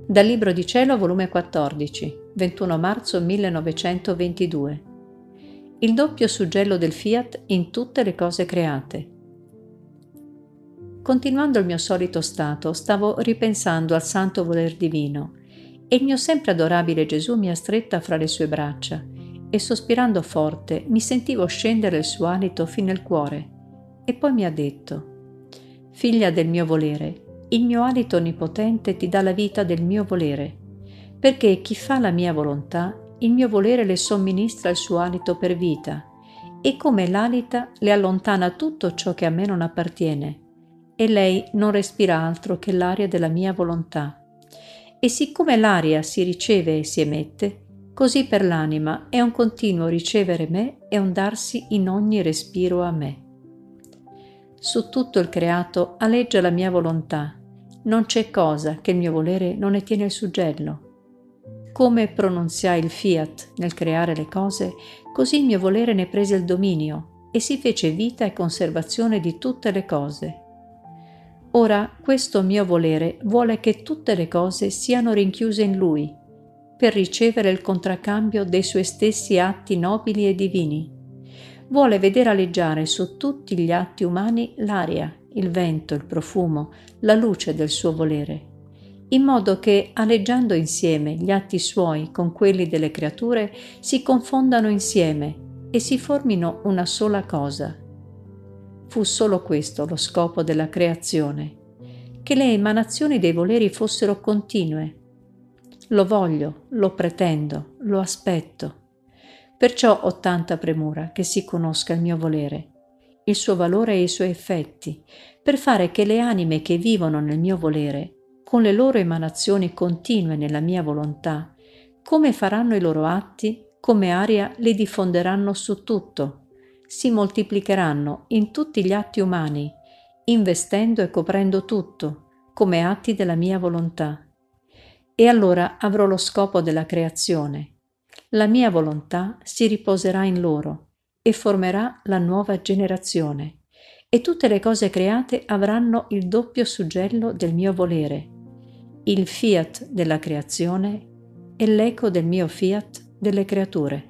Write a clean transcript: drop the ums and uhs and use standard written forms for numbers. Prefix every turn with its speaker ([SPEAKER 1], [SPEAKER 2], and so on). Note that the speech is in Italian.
[SPEAKER 1] Dal Libro di Cielo, volume 14, 21 marzo 1922. Il doppio suggello del Fiat in tutte le cose create. Continuando il mio solito stato, stavo ripensando al santo voler divino e il mio sempre adorabile Gesù mi ha stretta fra le sue braccia e sospirando forte mi sentivo scendere il suo alito fin nel cuore e poi mi ha detto: «Figlia del mio volere, il mio alito onnipotente ti dà la vita del mio volere, perché chi fa la mia volontà, il mio volere le somministra il suo alito per vita, e come l'alita le allontana tutto ciò che a me non appartiene, e lei non respira altro che l'aria della mia volontà. E siccome l'aria si riceve e si emette, così per l'anima è un continuo ricevere me e un darsi in ogni respiro a me. Su tutto il creato aleggia la mia volontà, non c'è cosa che il mio volere non ne tiene il suggello. Come pronunziai il fiat nel creare le cose, così il mio volere ne prese il dominio e si fece vita e conservazione di tutte le cose. Ora questo mio volere vuole che tutte le cose siano rinchiuse in lui, per ricevere il contraccambio dei suoi stessi atti nobili e divini. Vuole vedere aleggiare su tutti gli atti umani l'aria, il vento, il profumo, la luce del suo volere, in modo che, aleggiando insieme gli atti suoi con quelli delle creature, si confondano insieme e si formino una sola cosa. Fu solo questo lo scopo della creazione, che le emanazioni dei voleri fossero continue. Lo voglio, lo pretendo, lo aspetto. Perciò ho tanta premura che si conosca il mio volere, il suo valore e i suoi effetti, per fare che le anime che vivono nel mio volere, con le loro emanazioni continue nella mia volontà, come faranno i loro atti, come aria li diffonderanno su tutto, si moltiplicheranno in tutti gli atti umani, investendo e coprendo tutto, come atti della mia volontà. E allora avrò lo scopo della creazione. La mia volontà si riposerà in loro e formerà la nuova generazione, e tutte le cose create avranno il doppio suggello del mio volere, il fiat della creazione e l'eco del mio fiat delle creature.